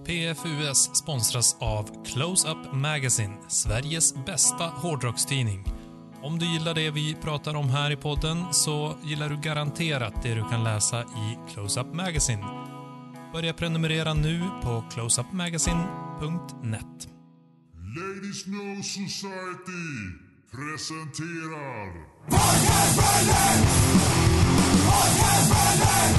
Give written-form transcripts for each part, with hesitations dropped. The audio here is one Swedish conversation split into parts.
PFUS sponsras av Close Up Magazine, Sveriges bästa hårdrockstidning. Om du gillar det vi pratar om här i podden så gillar du garanterat det du kan läsa i Close Up Magazine. Börja prenumerera nu på closeupmagazine.net. Ladies No Society presenterar Podcastbranden! Podcastbranden!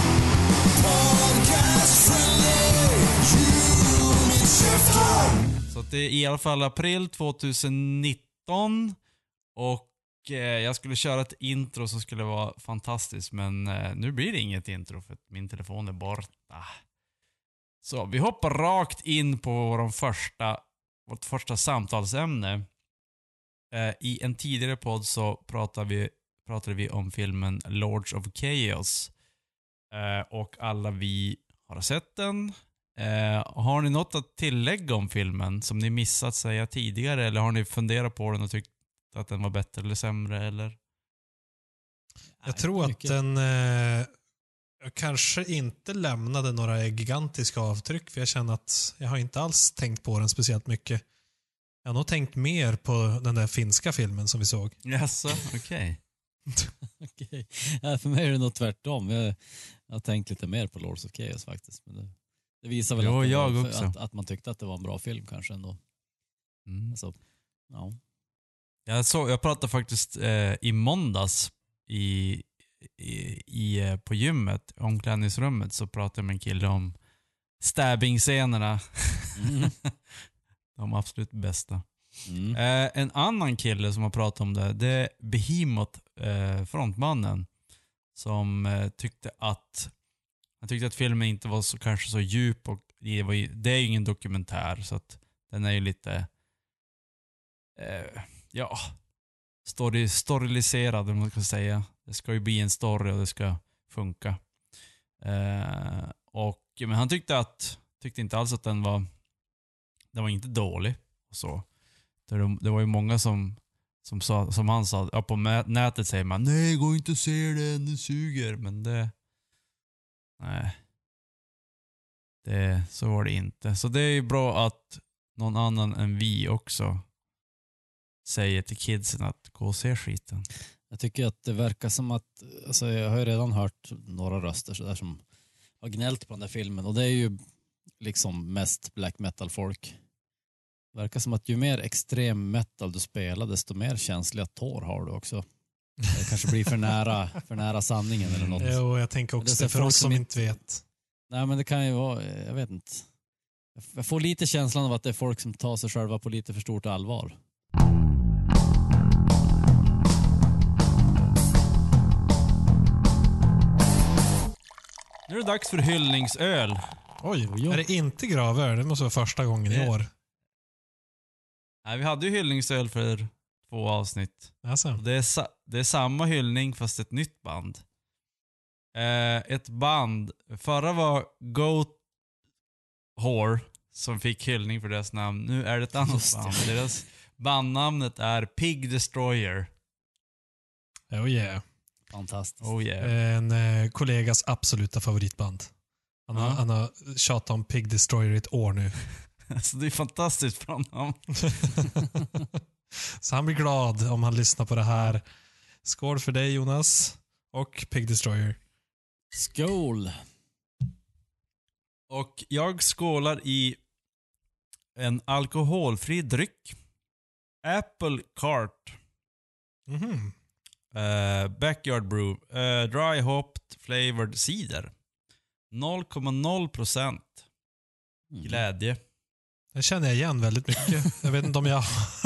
Podcastbranden! Min käften! Så att det är i alla fall april 2019 och jag skulle köra ett intro som skulle vara fantastiskt, men nu blir det inget intro för att min telefon är borta. Så vi hoppar rakt in på vårt första samtalsämne. I en tidigare podd så pratade vi om filmen Lords of Chaos. Och alla vi har sett den. Har ni något att tillägga om filmen som ni missat säga tidigare? Eller har ni funderat på den och tyckt att den var bättre eller sämre? Eller? Jag tror att den kanske inte lämnade några gigantiska avtryck, för jag känner att jag har inte alls tänkt på den speciellt mycket. Jag har nog tänkt mer på den där finska filmen som vi såg. Jaså, okej. Okej. Ja, för mig är det nog tvärtom. Jag har tänkt lite mer på Lords of Chaos faktiskt. Men det visar väl att man tyckte att det var en bra film kanske ändå. Alltså, ja. Jag pratade faktiskt i måndags på gymmet, omklädningsrummet, så pratade jag med en kille om stabbing-scenerna. De absolut bästa. En annan kille som har pratat om det är Behemoth, frontmannen, som tyckte att filmen inte var så, kanske så djup, och det är ju ingen dokumentär, så att den är ju lite storyliserad, om man kan säga. Det ska ju bli en story och det ska funka. Men han tyckte inte alls att den var inte dålig och så. Det var ju många som han sa, ja, på nätet säger man, nej, gå inte och se den suger, men så var det inte. Så det är ju bra att någon annan än vi också säger till kidsen att gå och se skiten. Jag tycker att det verkar som att, alltså jag har ju redan hört några röster så där som har gnällt på den där filmen, och det är ju liksom mest black metal folk. Det verkar som att ju mer extrem metal du spelar, desto mer känsliga tår har du också. Det kanske blir för nära sanningen eller något. Jo, jag tänker också det för oss som inte vet. Nej, men det kan ju vara, jag vet inte. Jag får lite känslan av att det är folk som tar sig själva på lite för stort allvar. Nu är det dags för hyllningsöl. Oj, är det inte gravöl? Det måste vara första gången i år. Nej, vi hade ju hyllningsöl för 2 avsnitt. Alltså. Det är samma hyllning fast ett nytt band. Ett band. Förra var Goat Whore som fick hyllning för deras namn. Nu är det ett annat band. Deras bandnamnet är Pig Destroyer. Oh yeah. Fantastiskt. Oh yeah. En kollegas absoluta favoritband. Han har tjatat om Pig Destroyer i ett år nu. Alltså det är fantastiskt bra namn. Så han blir glad om han lyssnar på det här. Skål för dig, Jonas. Och Pig Destroyer. Skål. Och jag skålar i en alkoholfri dryck. Apple Cart. Backyard Brew. Dry hopped flavored cider. 0,0% glädje. Det känner jag igen väldigt mycket. Jag vet inte om jag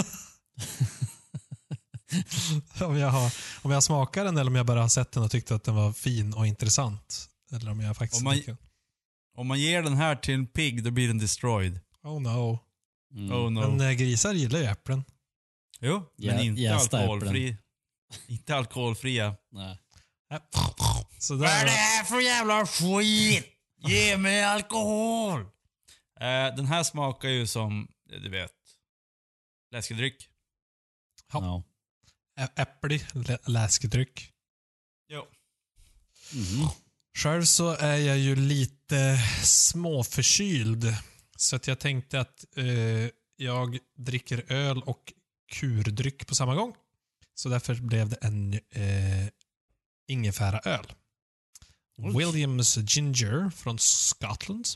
om jag smakar den eller om jag bara har sett den och tyckte att den var fin och intressant. Eller om jag faktiskt om man ger den här till en pig, då blir den destroyed. Oh no. Oh no. Men grisar gillar ju äpplen. Jo, men inte alkoholfri. Äpplen. Inte alkoholfria. Nej. Så Vad är det här för jävla skit? Ge mig alkohol! Den här smakar ju som, du vet, läskedryck. Ja. Äpplig läskedryck. Jo. Själv så är jag ju lite småförkyld. Så att jag tänkte att jag dricker öl och kurdryck på samma gång. Så därför blev det en ingefäraöl. Williams Ginger från Scotland.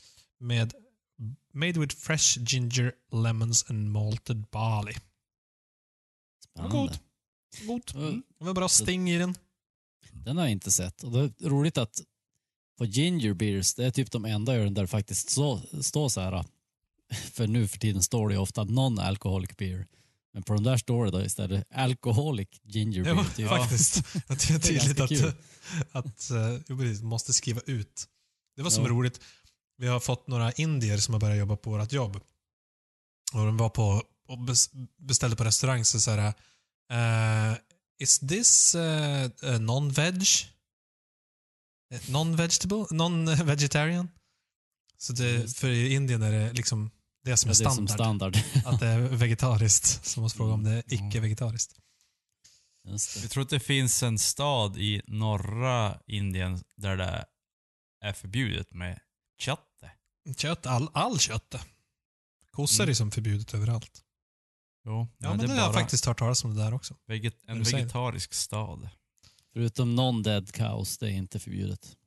Made with fresh ginger, lemons and malted barley. Spännande. God. Det var bra sting i den. Den har jag inte sett. Och det är roligt att på ginger beers, det är typ de enda ölen där det faktiskt står så här. För nu för tiden står det ofta non-alcoholic beer. Men på de där står det då istället alcoholic ginger beer. Ja, typ. faktiskt. Det är tydligt ganska att jag måste skriva ut. Det var som roligt. Vi har fått några indier som har börjat jobba på vårt jobb. Och de var på och beställde på restaurang så här. Is this non-veg? Non-vegetable? Non-vegetarian? Så det, för i Indien är det liksom det som är standard. Som standard. Att det är vegetariskt. Så måste fråga om det är icke-vegetariskt. Just det. Jag tror att det finns en stad i norra Indien där det är förbjudet med kött. Kött, all kött. Kossor är som förbjudet överallt. Jo, Ja, men det har jag faktiskt hört talas om det där också. En vegetarisk stad. Förutom non-dead cows, det är inte förbjudet.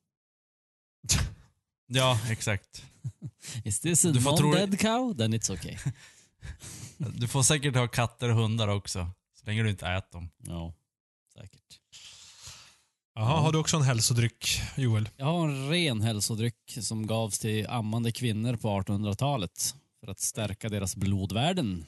Ja, exakt. Is this a Du får tro- non-dead cow? Then it's okay. Du får säkert ha katter och hundar också. Så länge du inte äter dem. Ja, säkert. Jaha, har du också en hälsodryck, Joel? Jag har en ren hälsodryck som gavs till ammande kvinnor på 1800-talet för att stärka deras blodvärden.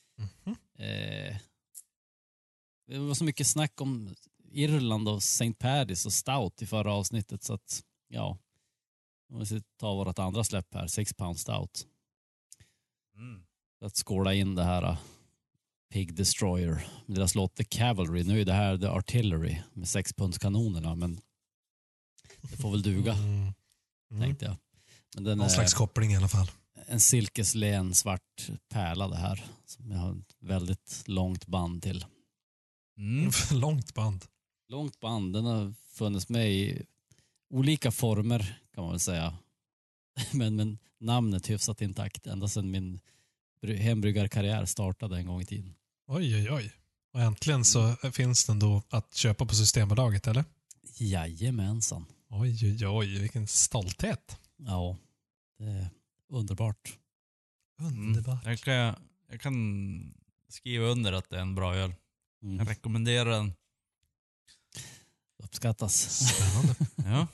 Det var så mycket snack om Irland och St. Paddy's och Stout i förra avsnittet så att, ja. Vi måste ta vårt andra släpp här, 6 pound Stout. För att skåla in det här Pig Destroyer. Deras låt The Cavalry. Nu är det här The Artillery med 6-punktskanonerna, men det får väl duga, tänkte jag. Men den Någon slags koppling i alla fall. en silkeslen svart pärla det här. Som jag har ett väldigt långt band till. Långt band. Långt band, den har funnits med i olika former kan man väl säga. Men namnet hyfsat intakt ända sedan min hembryggarkarriär startade en gång i tiden. Oj. Och äntligen så finns den då att köpa på Systembolaget, eller? Jajamensan. Oj, vilken stolthet. Ja, det är underbart. Underbart. Jag kan skriva under att det är en bra öl. Mm. Jag rekommenderar den. Uppskattas. Spännande. Ja.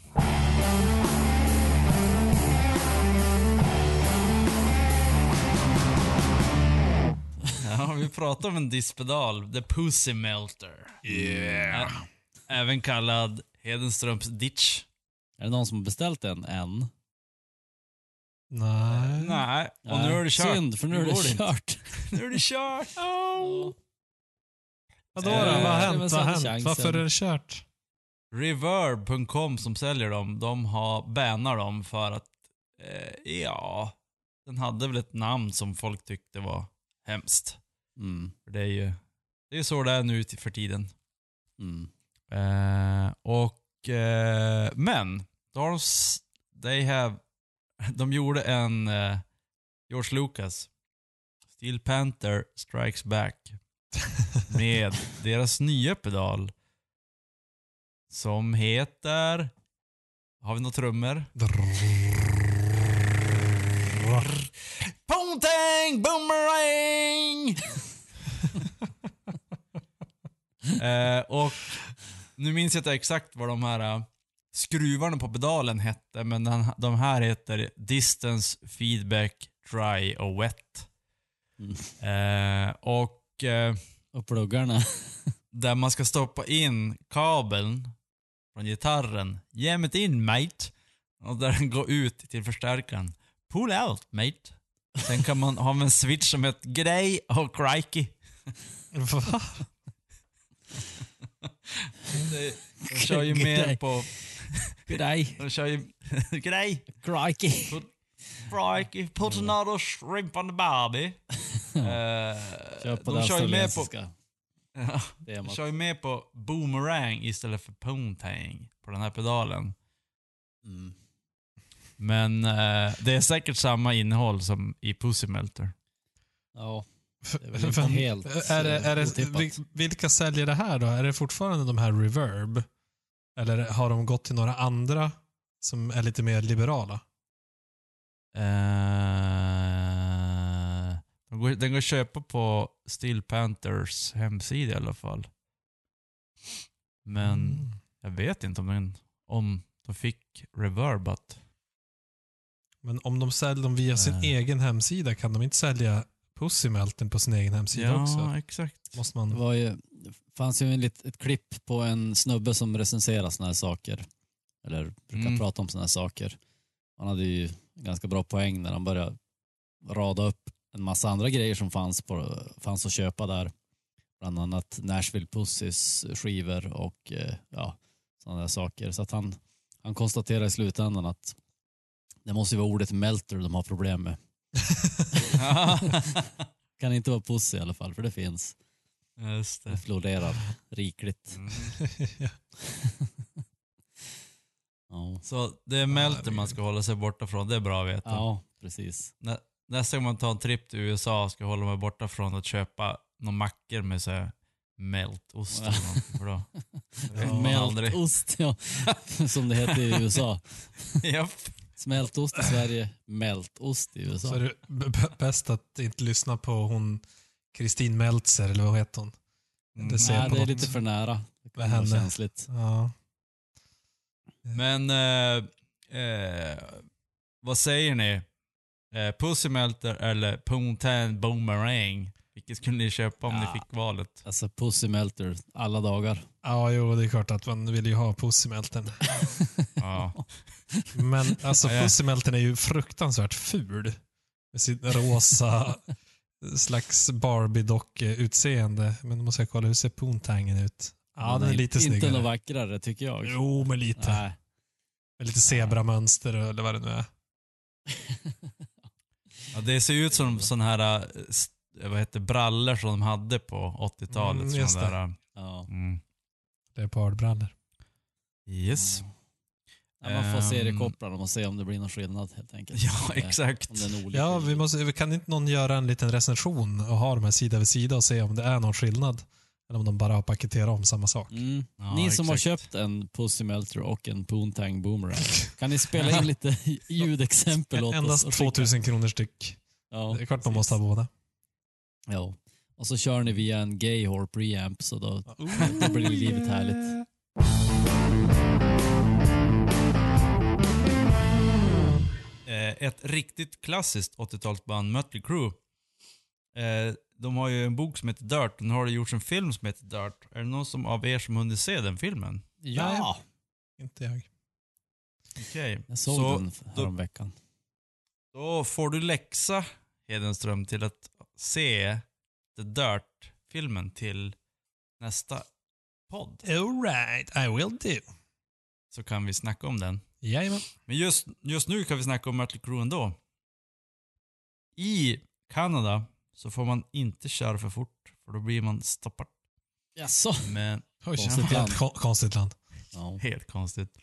Ja, vi pratar om en dispedal. The Pussy Melter. Yeah. Även kallad Hedenströms Ditch. Är det någon som har beställt en än? Nej. Nej, och nu är det kört. Synd, för nu är går det inte. kört. Nu är det kört. Vadå då? Vad har det var hänt? så Vad har chansen. hänt? Varför är det kört? Reverb.com som säljer dem, de har bannar dem för att den hade väl ett namn som folk tyckte var hemskt. För det är så det är nu för tiden. Men de gjorde en George Lucas Steel Panther Strikes Back med deras nya pedal som heter, har vi några trummor? Pong-tang boomerang. Och nu minns jag inte exakt vad de här skruvarna på pedalen hette, men de här heter Distance, Feedback, Dry och Wet. Och pluggarna. där man ska stoppa in kabeln från gitarren. Jam it in, mate. Och där den går ut till förstärkaren. Pull out, mate. Sen kan man ha en switch som heter Gray och Crikey. Va? De kör ju mer på... Grej. De kör ju... Grej. Crikey. Crikey. Put another shrimp on the barbie. Kör på de kör ju med på... australiensiska. De kör ju med på boomerang istället för poontang på den här pedalen. Mm. Men det är säkert samma innehåll som i Pussy Melter. Ja, det är väl inte helt otippat. Vilka säljer det här då? Är det fortfarande de här Reverb? Eller har de gått till några andra som är lite mer liberala? Den går att köpa på Steel Panthers hemsida i alla fall. Men jag vet inte om de fick Reverb att... Men om de säljer dem via sin egen hemsida, kan de inte sälja Pussy Melter på sin egen hemsida också? Ja, exakt. Måste man... Det fanns ju ett klipp på en snubbe som recenserar såna här saker. Eller brukar prata om såna här saker. Han hade ju ganska bra poäng när han började rada upp en massa andra grejer som fanns att köpa där. Bland annat Nashville Pussys skivor och sådana där saker. Så att han konstaterar i slutändan att det måste ju vara ordet Melter de har problem med. Kan inte vara Pussy i alla fall, för det finns. Just Det florerar rikligt. Ja. Så det är Melter man ska hålla sig borta från. Det är bra att veta. Ja, precis. Nästa gång man tar en trip till USA ska jag hålla mig borta från att köpa några mackor med så här mältost eller någonting. För då Mältost, ja. Som det heter i USA. Japp. Smältost i Sverige, mältost i USA. Så är det bäst att inte lyssna på hon Kristin Meltzer, eller vad heter hon? Nej, det är lite för nära. Det kan vara känsligt. Ja. Men vad säger ni? Pussy Melter eller Poontang Boomerang? Vilket skulle ni köpa om ni fick valet? Alltså Pussy Melter alla dagar. Ja, jo, det är klart att man vill ju ha Pussy Melter. Ja. Men alltså Pussy Melter är ju fruktansvärt ful. Med sitt rosa slags Barbie-dock-utseende. Men då måste jag kolla, hur ser Poontangen ut? Ja, den är lite snyggare. Inte något vackrare tycker jag. Jo, men lite. Nej. Med lite zebramönster eller vad det nu är. Ja, det ser ut som sån här brallor som de hade på 80-talet. Just det. Där, Ja. Leopardbrallor. Yes. Ja, man får seriekoppla dem och se om det blir någon skillnad helt enkelt. Ja, exakt. Om det är en olika. Ja, kan inte någon göra en liten recension och ha de här sida vid sida och se om det är någon skillnad? Eller om de bara har paketerat om samma sak. Ja, Ni som har exakt. köpt en Pussy Melter och en Poontang Boomerang, kan ni spela in lite ljudexempel åt oss? Endast 2000 kronor styck. Ja, Det är klart man måste ha båda. Ja. Och så kör ni via en gay whore preamp, så då blir livet härligt. Ett riktigt klassiskt 80-talsband, Mötley Crüe. De har ju en bok som heter Dirt. Nu har det gjorts en film som heter Dirt. Är det någon av er som hunnit se den filmen? Ja, Inte jag. Okej. jag såg Så den häromveckan. då får du läxa Hedenström till att se The Dirt-filmen till nästa podd. All right, I will do. Så kan vi snacka om den. Jajamän. Men just nu kan vi snacka om Mötley Crüe ändå. I Kanada så får man inte köra för fort, för då blir man stoppad. Jaså? Men Oj, Konstigt helt land. konstigt land. Ja. helt konstigt.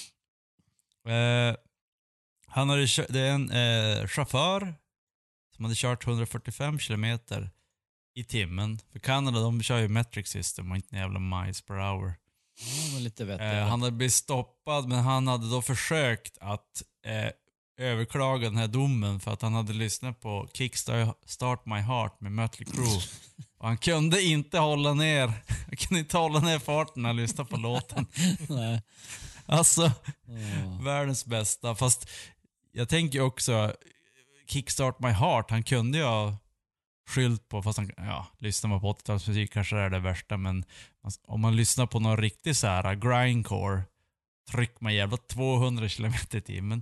Han hade det är en chaufför som hade kört 145 kilometer i timmen. För Kanada, de kör ju metric system och inte en jävla miles per hour. Ja, men lite vettigt. Han hade blivit stoppad, men han hade då försökt att överklaga den här domen för att han hade lyssnat på Kickstart My Heart med Mötley Crüe. Och han kunde inte hålla ner farten när han lyssnade på låten. Nej. Alltså, världens bästa. Fast jag tänker också, Kickstart My Heart, han kunde ju ha skylt på, fast han, lyssnar man på 80-talsmusik kanske det är det värsta, men om man lyssnar på någon riktig så här grindcore, tryck man jävla 200 km i timmen.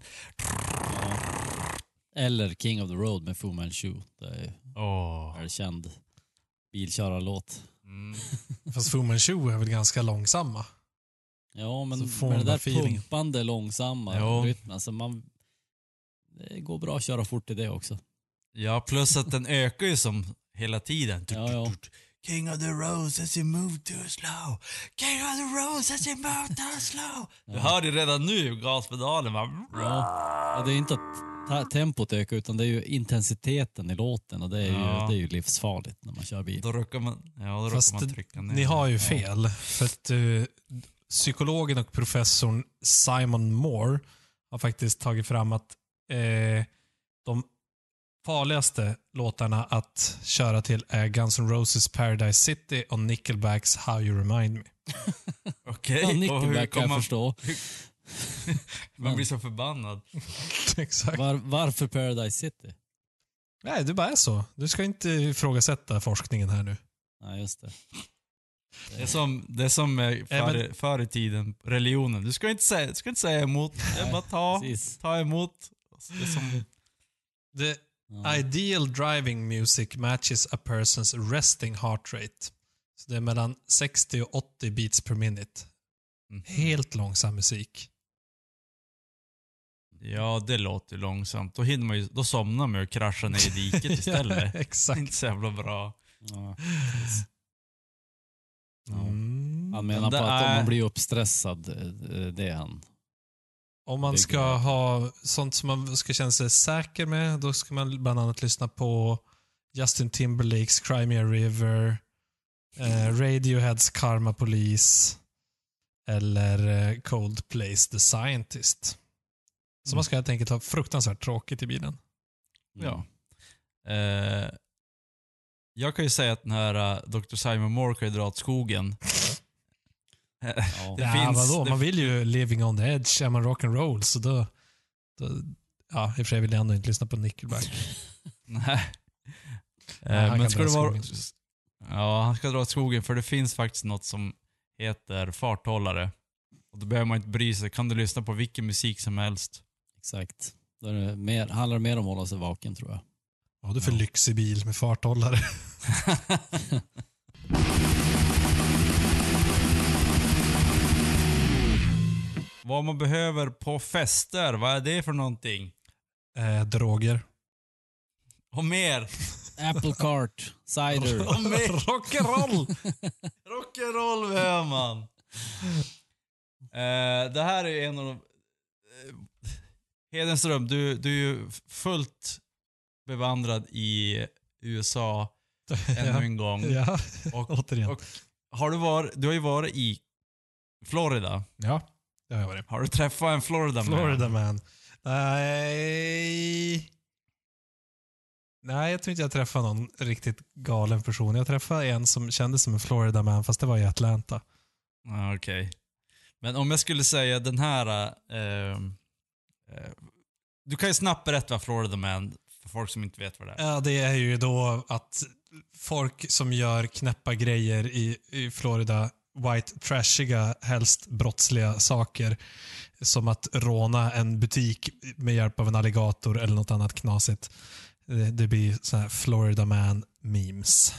Eller King of the Road med Fu Manchu. Det är en känd bilkörarlåt. Fast Fu Manchu är väl ganska långsamma. Ja, men Så får med man det där feeling. pumpande, långsamma rytmen. Alltså det går bra att köra fort i det också. Ja, plus att den ökar ju som hela tiden. Ja. King of the roses you move too slow. King of the roses you move too slow. Du hör ju redan nu gaspedalen va? Ja, det är inte att tempot ökar utan det är ju intensiteten i låten och det är ju livsfarligt när man kör bil. Då råkar man, Fast man trycka ner. ni har ju fel. För att psykologen och professorn Simon Moore har faktiskt tagit fram att de farligaste låtarna att köra till är Guns N' Roses Paradise City och Nickelbacks How You Remind Me. Okej. Ja, och hur Nickelback kan jag man förstå. Man blir så förbannad. Exakt. Varför Paradise City? Nej, det bara är så. Du ska inte ifrågasätta forskningen här nu. Nej, just det. Det är som förr i tiden, religionen. Du ska inte säga emot. Det är bara ta emot. Det är som... The ideal driving music matches a person's resting heart rate. Så det är mellan 60 och 80 beats per minute. Helt långsam musik. Ja, det låter långsamt. Då somnar man och kraschar ner i diket istället. Ja, exakt. Inte så jävla bra. Ja. Han menar Men på det att om är- man blir uppstressad, det är han. Om man ska ha sånt som man ska känna sig säker med, då ska man bland annat lyssna på Justin Timberlakes Cry Me a River, Radioheads Karma Police eller Coldplay's The Scientist. Så man ska helt enkelt ha fruktansvärt tråkigt i bilen. Ja. Jag kan ju säga att den här Dr. Simon Moore kan ju dra åt skogen. Ja. Det finns- vadå? Man vill ju living on the edge, är man rock'n'roll så då ja, i och för sig vill jag ändå inte lyssna på Nickelback. Nej. han Men kan ska dra det vara... skogen. Ja, han ska dra åt skogen för det finns faktiskt något som heter farthållare. Och då behöver man inte bry sig. Kan du lyssna på vilken musik som helst. Exakt. Då är det handlar det mer om att hålla sig vaken tror jag. Vad har du för lyxig bil med farthållare? Vad man behöver på fester, vad är det för någonting? Droger. Och mer! Apple Cart, cider. Och mer! Rock'n'roll! Rock'n'roll behöver man. Det här är en av de... Hedenström, du är ju fullt bevandrad i USA ännu en gång. Ja, Och, återigen. och du har ju varit i Florida. Ja, det har jag varit. Har du träffat en Florida man? Florida man. Nej, jag tror inte jag träffade någon riktigt galen person. Jag träffade en som kändes som en Florida man, fast det var i Atlanta. Okej. Men om jag skulle säga den här... du kan ju snabbt berätta vad Florida man för folk som inte vet vad det är. Ja, det är ju då att folk som gör knäppa grejer i Florida, white trashiga, helst brottsliga saker, som att råna en butik med hjälp av en alligator eller något annat knasigt. Det blir så här Florida man memes.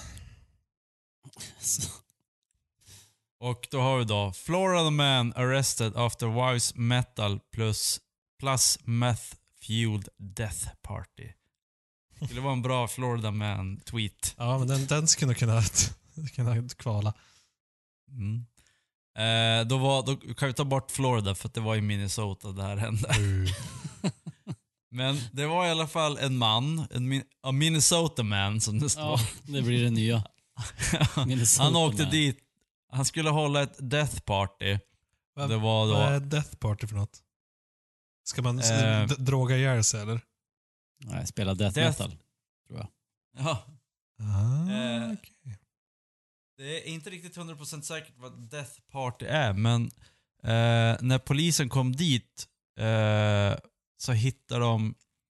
Och då har vi då Florida man arrested after wife's metal plus meth fueled death party. Det skulle vara en bra Florida man tweet. Ja, men den skulle nog kunna kvala. Mm. Då kan vi ta bort Florida för att det var i Minnesota det här hände. Men det var i alla fall en man, a Minnesota man som det står. Ja, det blir det nya. Minnesota Han åkte man. dit. Han skulle hålla ett death party. Det var Vad är då... death party för något? Ska man droga ihjäl sig eller? Nej, spela death metal, tror jag. Ja, Okej. det är inte riktigt 100% säkert vad death party är, men när polisen kom dit så hittade de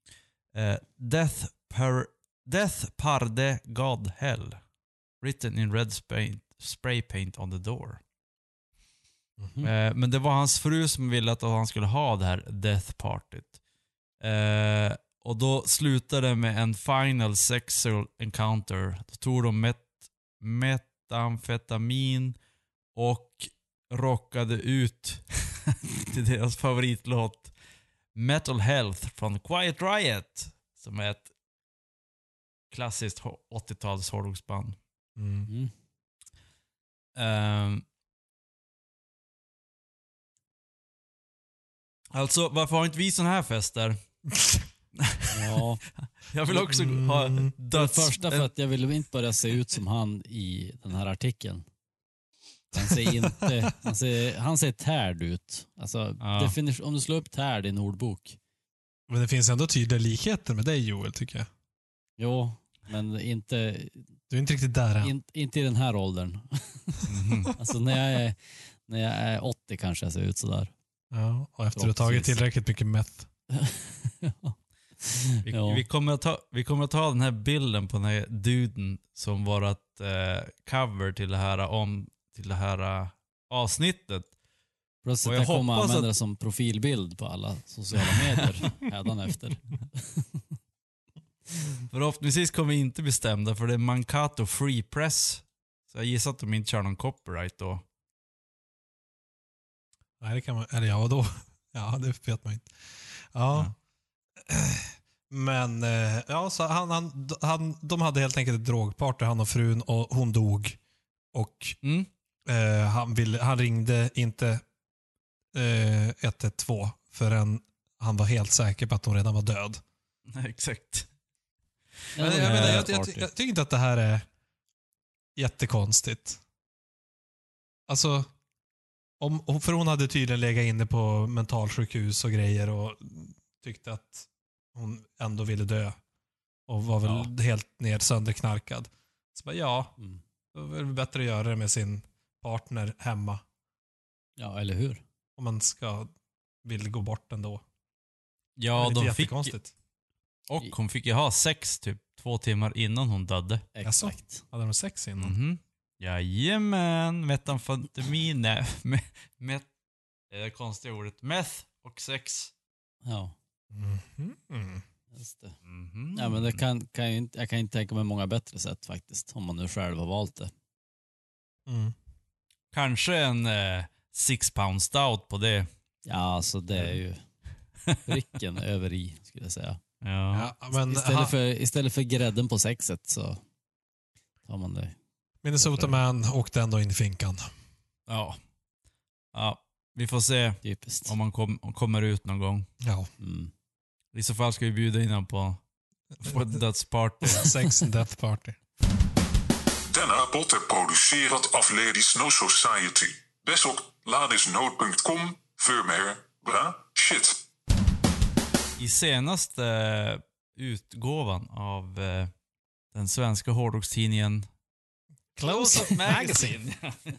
Death Parde God Hell written in red spray paint on the door. Men det var hans fru som ville att han skulle ha det här death partyt. Och då slutade det med en final sexual encounter. Då tog de metamfetamin och rockade ut till deras favoritlåt Metal Health från Quiet Riot, som är ett klassiskt 80-tals hårdrocksband. Alltså, varför har inte vi såna här fester? Ja. Jag vill också ha För döds... det första för att jag vill inte börja se ut som han i den här artikeln. Han ser tärd ut. Alltså, Ja. om du slår upp tärd i en ordbok. Men det finns ändå tydliga likheter med dig, Joel, tycker jag. Jo, men inte, Du är inte riktigt där än. inte i den här åldern. Alltså när jag är 80 kanske jag ser ut sådär. Ja, och efter att ha tagit tillräckligt mycket meth. Ja. Vi kommer att ta den här bilden på den här duden som vårat cover till det här avsnittet. Plus Och att jag jag kommer hoppas använda att- det som profilbild på alla sociala medier hädanefter. Förhoppningsvis kommer vi inte bestämda för det är Mankato Free Press. Så jag gissar att de inte kör någon copyright då. Nej, det kan man... Eller ja, då. Ja, det vet man inte. Ja. Men ja, så de hade helt enkelt ett drogparty, han och frun, och hon dog. Och han ringde inte 112 förrän han var helt säker på att hon redan var död. Exakt. Men, jag tycker inte att det här är jättekonstigt. Alltså, för hon hade tydligen legat inne på mentalsjukhus och grejer och tyckte att hon ändå ville dö. Och var väl helt sönderknarkad. Så bara, då är det bättre att göra det med sin partner hemma. Ja, eller hur? Om man vill gå bort ändå. Ja, det är de inte fick... jättekonstigt. Och hon fick ju ha sex typ 2 timmar innan hon dödde. Exakt. Hade de sex innan? Mhm. Jajamän, metamfetamin, det konstiga ordet, meth och sex. Ja, Mhm. just det. Mhm. Ja, men det jag kan inte tänka mig många bättre sätt faktiskt, om man nu själv har valt det. Mm. Kanske en 6 pound stout på det. Ja, alltså det är ju pricken över i, skulle jag säga. Ja. Ja, men Istället för grädden på sexet så tar man det. Minnesota Man åkte ändå in i finkan. Ja. Vi får se Typiskt. om man kommer ut någon gång. Ja. Mm. I så fall ska vi bjuda in honom på ett dödsparty. Sex and Death Party. Denna podd är producerat av Ladies No Society. Besök ladisnote.com för mer bra shit. I senaste utgåvan av den svenska hårdrockstidningen Close-Up Magazine.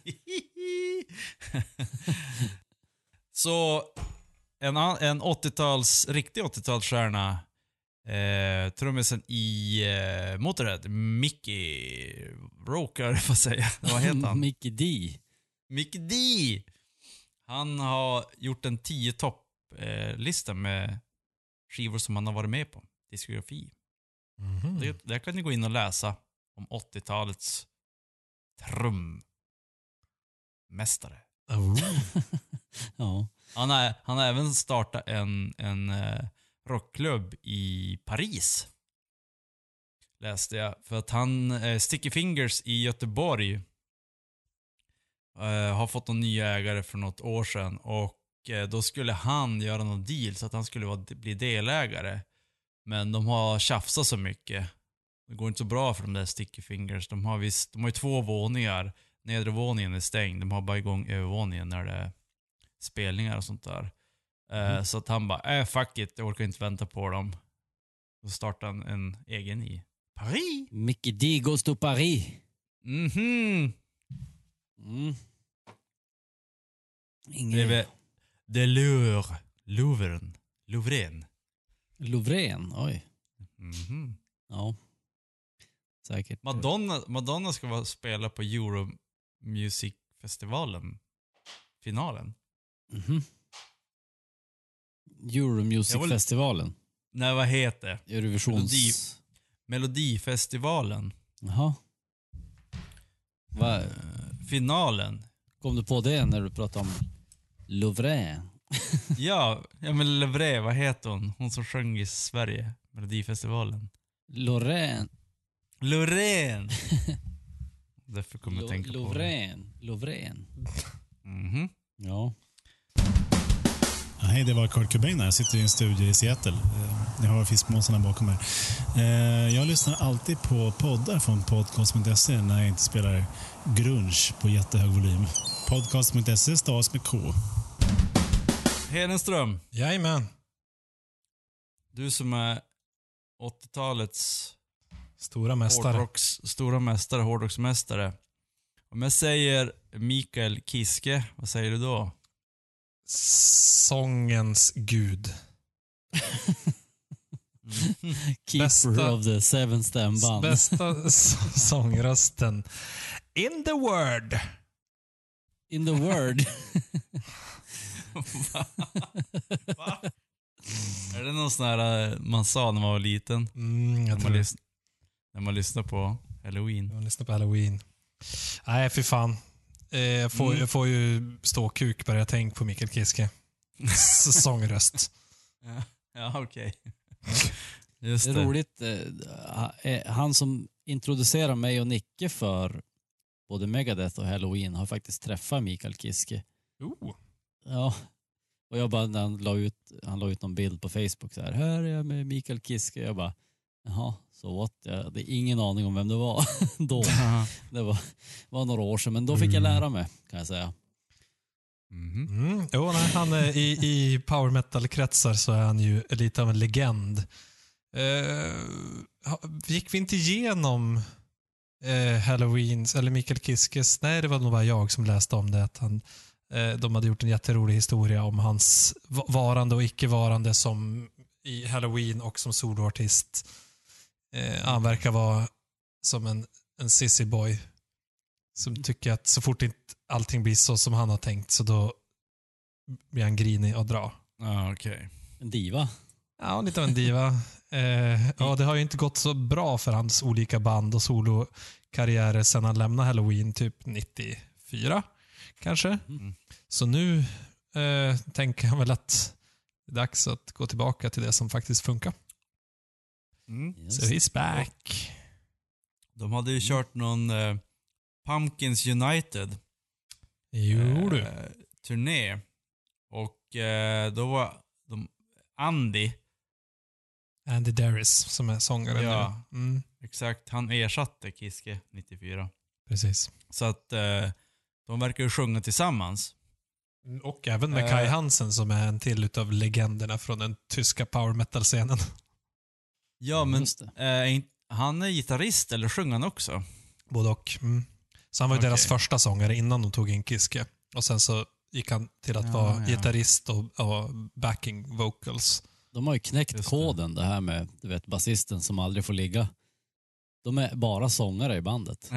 Så en 80-tals, riktig 80-talsstjärna, trummisen i Motörhead, Mickey Roker, vad säger jag? Vad heter han? Mickey D. Mickey D. Han har gjort en 10-topp-lista med skivor som han har varit med på. Diskografi. Mhm. Där kan ni gå in och läsa om 80-talets trummästare. Oh. Ja. Han har även startat en rockklubb i Paris. Läste jag. För att Sticky Fingers i Göteborg har fått en ny ägare för något år sedan. Och då skulle han göra någon deal så att han skulle bli delägare. Men de har tjafsat så mycket. Det går inte så bra för de där Sticky Fingers. De har ju 2 våningar. Nedre våningen är stängd. De har bara igång övervåningen när det är spelningar och sånt där. Så att han bara, fuck it, jag orkar inte vänta på dem. Och starta en egen i Paris. Mickey D goes to Paris. Mhm. Mm. Bredvid Louvren. Louvren, oj. Mhm. Ja. Säkert. Madonna ska spela på Euro Music-festivalen. Finalen. Mhm. Euromusicfestivalen. Nej, vad heter det? Eurovisions... Melodifestivalen. Jaha. Finalen. Kom du på det när du pratade om Louvren? Ja, men Levre, vad heter hon? Hon som sjöng i Sverige. Melodifestivalen. Lorraine. Loreen. Därför kommer jag tänka på Lovren. Mhm. Ja. Hej, det var Kurt Cobain här. Jag sitter i en studio i Seattle. Ni har fiskmåsarna bakom er. Jag lyssnar alltid på poddar från podcast.se när jag inte spelar grunge på jättehög volym. Podcast.se stavas med K. Hedenström, Jajamän. du som är 80-talets Stora mästare. stora mästare, hårdrocksmästare. Om jag säger Mikael Kiske, vad säger du då? Sångens gud. Keeper Bästa- of the Seven Stem Band. Bästa sångrösten in the world. In the word. Är det någon sån här man sa när man var liten? Jag tror det. När man lyssnar på Halloween. Jag lyssnar på Halloween. Nej, för fan. Jag får ju stå kuk bara jag tänker på Mikael Kiske. Sångröst. Ja, okej. Just Det är det. roligt. Han som introducerar mig och Nicke för både Megadeth och Halloween har faktiskt träffat Mikael Kiske. Ja. Och jag bara, när han la ut någon bild på Facebook så här är jag med Mikael Kiske. Jag bara, jaha, så what? Jag hade ingen aning om vem det var då. Det var några år sedan, men då fick jag lära mig, kan jag säga. Jo, nej, han är i power metal-kretsar så är han ju lite av en legend. Gick vi inte igenom Halloweens eller Mikael Kiskes? Nej, det var nog bara jag som läste om det. Att de hade gjort en jätterolig historia om hans varande och icke-varande som i Halloween och som soloartist. Han verkar vara som en sissy boy som tycker att så fort inte allting blir så som han har tänkt så då blir han grinig och dra. Ja, okej. En diva. Ja, lite av en diva. Ja, det har ju inte gått så bra för hans olika band och solokarriärer sedan han lämnade Halloween typ 94 kanske. Så nu tänker jag väl att det är dags att gå tillbaka till det som faktiskt funkar. Just. So he's back. De hade ju kört någon Pumpkins United Jo du. turné. Och då var Andy, Darius som är sångaren Ja. nu. Mm, exakt, han ersatte Kiske 94. precis. Så att de verkar ju sjunga tillsammans. Och även med Kai Hansen som är en till utav legenderna från den tyska power metal-scenen. Ja, men Just det. han är gitarrist eller sjunger han också? Både och. Så han var ju Okej. deras första sångare innan de tog in Kiske. Och sen så gick han till att vara gitarrist och backing vocals. De har ju knäckt Just det. koden, det här med, du vet, basisten som aldrig får ligga. De är bara sångare i bandet.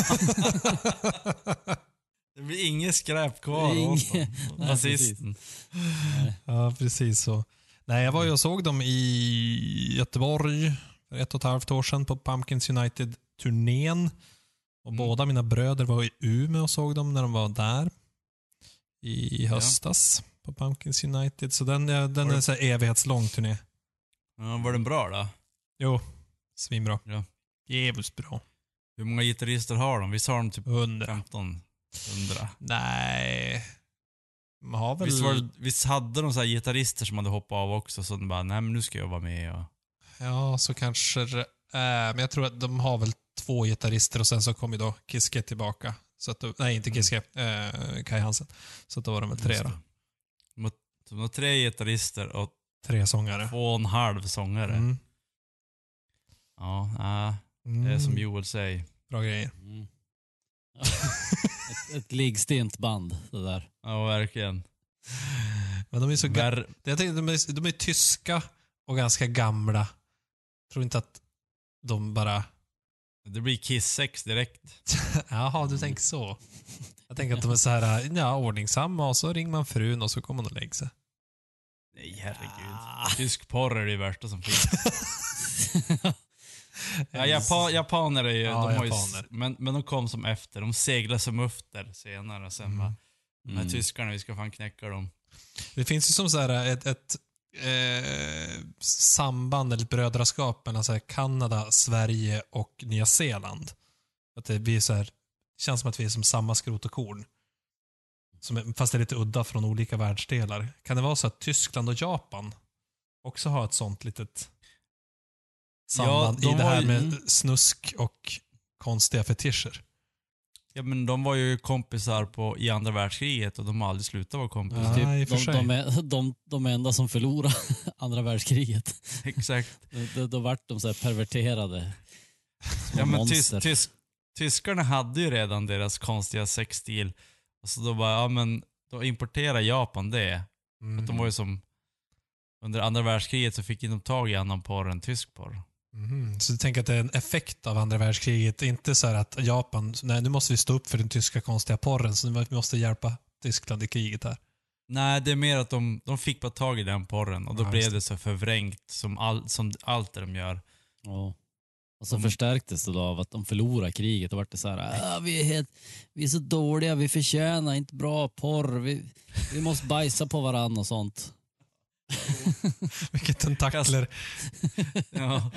Det blir inget skräp kvar Inge- åt dem. Nej, Basisten. Ja, precis så. Nej, jag var ju och såg dem i Göteborg för 1,5 år sedan på Pumpkins United-turnén. Och båda mina bröder var i Umeå och såg dem när de var där i höstas på Pumpkins United. Så den är en så här evighetslång turné. Ja, var den bra då? Jo, svinbra. Ja. Jävligt bra. Hur många gitarrister har de? Visst har de typ 100. 15? 100? Nej. Man har väl... Visst hade de så här gitarrister som hade hoppat av också, så de bara, nej men nu ska jag vara med. Och... Ja, så kanske det är. Men jag tror att de har väl 2 gitarrister och sen så kom ju då Kiske tillbaka. Så att nej, inte Kiske. Kai Hansen. Så att då var de väl 3 då. De har 3 gitarrister och 3 sångare. 2,5 sångare. Mm. Ja, det är som Joel säger. Bra grejer. Mm. ett liggstint band, det där. Ja, verkligen. Men de är så jag tänkte, de är tyska och ganska gamla. Jag tror inte att de bara... Det blir Kiss-sex direkt. Jaha, du tänker så. Jag tänker att de är så här, ja, ordningsamma och så ringer man frun och så kommer man och lägger sig. Nej, herregud. Tysk porr är det värsta som finns. Ja, japaner är ju... Ja, de har ju japaner. men de kom som efter. De seglade som efter senare. Sen bara, de här tyskarna, vi ska fan knäcka dem. Det finns ju som så här ett samband eller ett brödraskap mellan så här Kanada, Sverige och Nya Zeeland. Att det blir så här Känns som att vi är som samma skrot och korn. Fast det är lite udda från olika världsdelar. Kan det vara så att Tyskland och Japan också har ett sånt litet samband i det här med snusk och konstiga fetischer? Ja, men de var ju kompisar i andra världskriget och de har aldrig slutat vara kompisar. Ja, i och för sig. De enda som förlorade andra världskriget. Exakt. Då vart de så här perverterade små Ja, men monster. tyskarna hade ju redan deras konstiga sexstil. Och så då bara, ja men då importerar Japan det. Att de var ju som, under andra världskriget så fick de tag i annan porr än tysk porr. Så du tänker att det är en effekt av andra världskriget? Inte så här att Japan, nej nu måste vi stå upp för den tyska konstiga porren så vi måste hjälpa Tyskland i kriget här. Nej, det är mer att de fick bara tag i den porren och då blev det så förvrängt som allt det de gör. Ja. Och så förstärktes det då av att de förlorade kriget och vart det så här, vi är så dåliga, vi förtjänar inte bra porr, vi måste bajsa på varandra och sånt. Vilket tentakler. Ja.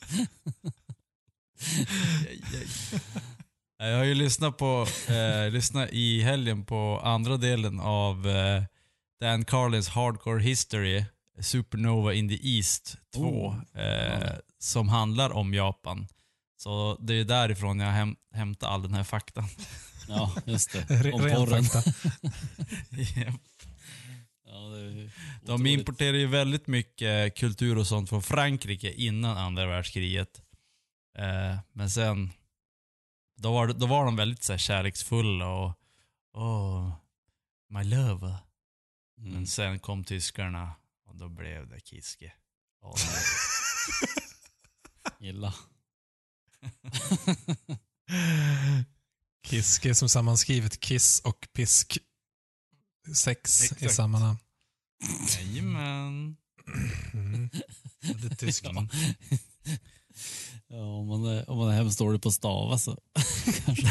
Jag har ju lyssnat i helgen på andra delen av Dan Carlins Hardcore History, Supernova in the East 2, som handlar om Japan. Så det är därifrån jag hämtar all den här faktan. Ja, just det. Om Ren porren. fakta. Yep. Ja, det är De otroligt. importerar ju väldigt mycket kultur och sånt från Frankrike innan andra världskriget. Men sen då var de väldigt så här kärleksfulla och my love. Men sen kom tyskarna och då blev det kiske. Illa. Kiske som sammanskrivet kiss och pisk. Sex i Exakt. samma namn. Jajamän. Det är tyskt. Ja, om man är hemskt dålig på att stava så kanske.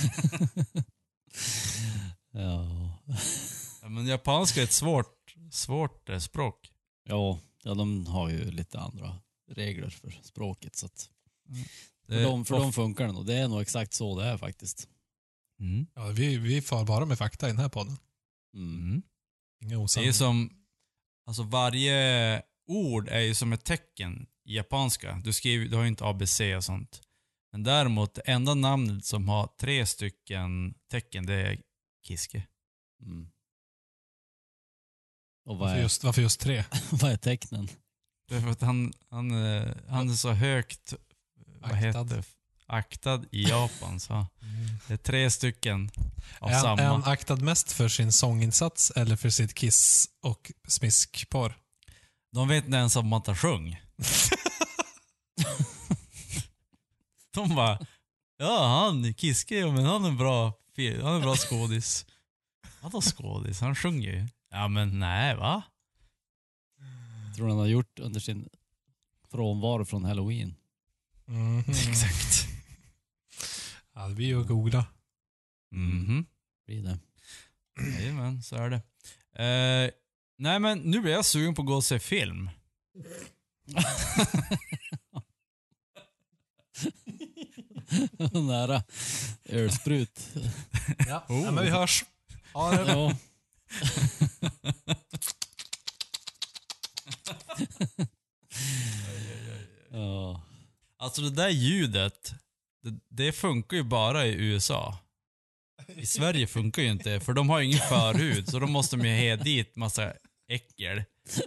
Ja. Ja, men japanska är ett svårt språk. Ja, de har ju lite andra regler för språket så att Det- för dem funkar det nog. Det är nog exakt så det är faktiskt. Mm. Ja, vi far bara med fakta i den här podden. Mm. Inga Det är osanningar. som, alltså varje ord är ju som ett tecken i japanska. Du har ju inte ABC och sånt. Men däremot, det enda namnet som har 3 stycken tecken, det är kiske. Mm. Och Varför just 3? vad är tecknen? Därför att han är så högt aktad i Japan. Så det är 3 stycken av Är samma. han aktad mest för sin sånginsats eller för sitt kiss och smiskporr? De vet inte ens om att han sjöng. De bara, Kiske, men han är bra skådis. Vadå skådis? Han sjunger ju. Ja men nej, va? Tror han har gjort under sin frånvaro från Halloween. Exakt. Ja, det blir ju att googla. Mhm. Blir det. Jajamän, så är det. Nej men nu blir jag sugen på att gå och se film. Nära ölsprut. Ja, men vi hörs. Ha det. Ja. Ja. Alltså det där ljudet, det funkar ju bara i USA. I Sverige funkar ju inte, för de har ju ingen förhud, så då måste de ju ha dit massa äckel.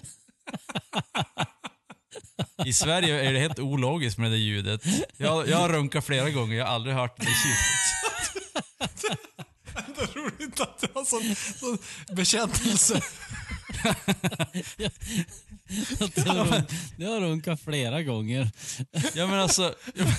I Sverige är det helt ologiskt med det ljudet. Jag har runkat flera gånger, jag har aldrig hört det ljudet. Det är roligt att det har sån bekännelse. Det har runkat flera gånger. Ja men alltså,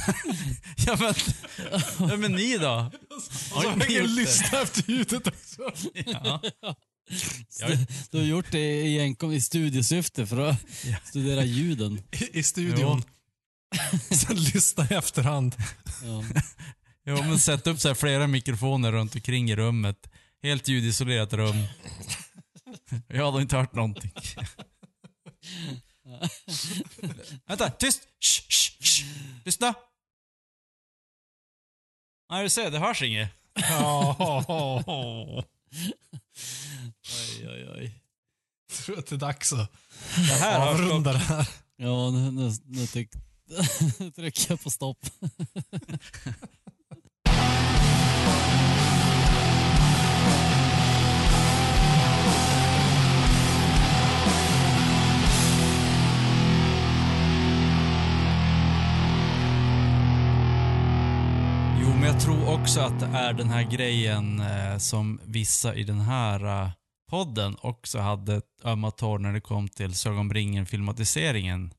ja men ni då? Och så har ingen lyssnat efter ljudet också. Ja. Du har gjort det egentligen i studiesyfte för att studera ljuden. I studion. Sen lyssna i efterhand. Ja. Jo men sätt upp så här flera mikrofoner runt omkring i rummet. Helt ljudisolerat rum. Jag hade inte hört någonting. Vänta, tyst! Shh. Lyssna! Nej, du ser, det hörs inget. Oj. Jag tror att det är dags att Det här har avrunda det här. Ja, nu trycker jag på stopp. Jo, men jag tror också att det är den här grejen som vissa i den här podden också hade ömma tår när det kom till Sagan om ringen-filmatiseringen.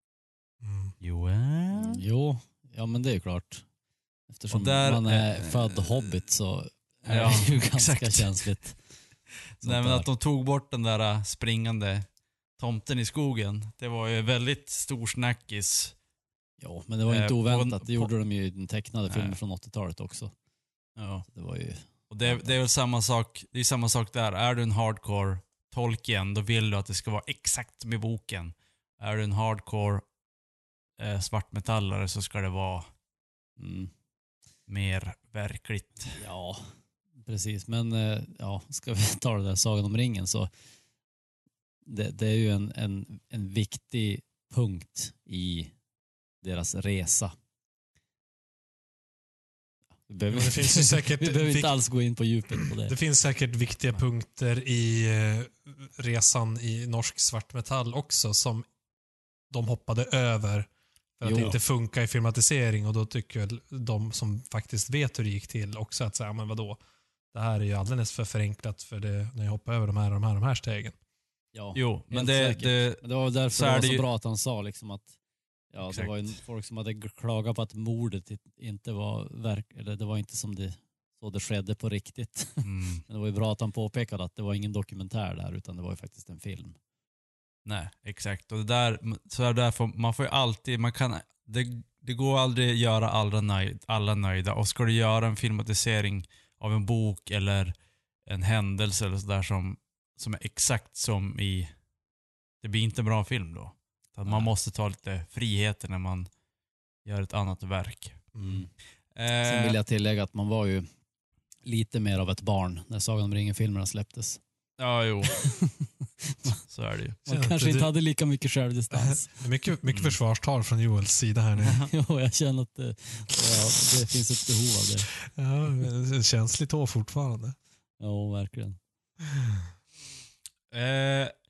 Joel? Jo, ja men det är ju klart. Eftersom Och där, man är född hobbit så är ja, det ju ganska exakt. känsligt. Nej, men att de tog bort den där springande tomten i skogen. Det var ju väldigt stor snackis. Ja, men det var ju inte oväntat. Det på- gjorde de ju i den tecknade filmen Nej. från 80-talet också. Ja. Det var ju... Och det är väl samma sak. Det är samma sak där. Är du en hardcore Tolkien, då vill du att det ska vara exakt som i boken. Är du en hardcore svartmetallare så ska det vara Mm, mer verkligt. ja, precis. Men ja, ska vi ta det där Sagan om ringen så det är ju en viktig punkt i deras resa. Vi behöver, Men det finns ju säkert vi behöver inte vik- alls gå in på djupet på det. Det finns säkert viktiga punkter i resan i norsk svartmetall också som de hoppade över för att Jo. det inte funkar i filmatisering, och då tycker väl de som faktiskt vet hur det gick till också att säga, men vadå? Det här är ju alldeles för förenklat för det när jag hoppar över de här stegen. Ja, Jo, men helt det, säkert. Men det var därför så det är var det så ju- bra att han sa liksom att ja, det Exakt. var ju folk som hade klagat på att mordet inte var eller det var inte som det så det skedde på riktigt. mm, Men det var ju bra att han påpekade att det var ingen dokumentär där utan det var ju faktiskt en film. nej, exakt. Och det där, så är det därför man får ju alltid, det går aldrig att göra alla nöjda. Och ska du göra en filmatisering av en bok eller en händelse eller sådär som är exakt som i, det blir inte en bra film då. Så att man Nej. måste ta lite friheter när man gör ett annat verk. Sen vill jag tillägga att man var ju lite mer av ett barn när Sagan om ringen-filmerna släpptes. Ja, jo. Så är det ju. Man Känner kanske inte inte du- hade lika mycket självdistans. Det är mycket försvarstal från Joels sida här nu. Jo, jag känner att det finns ett behov av det. Ja, det känns lite fortfarande. Ja, verkligen.